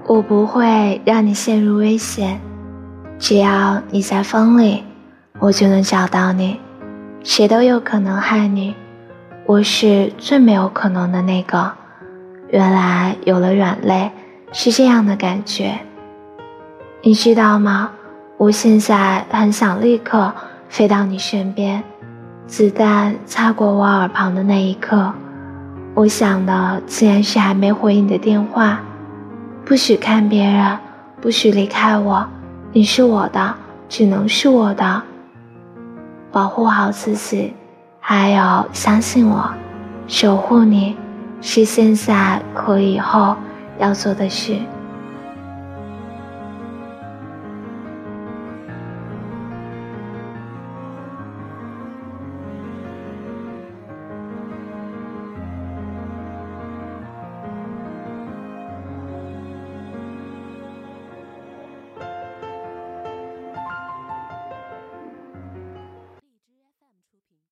我不会让你陷入危险，只要你在风里，我就能找到你。谁都有可能害你，我是最没有可能的那个。原来有了软肋是这样的感觉。你知道吗？我现在很想立刻飞到你身边，子弹擦过我耳旁的那一刻，我想的竟然是还没回你的电话。不许看别人，不许离开我，你是我的，只能是我的。保护好自己，还有相信我，守护你，是现在和以后要做的事。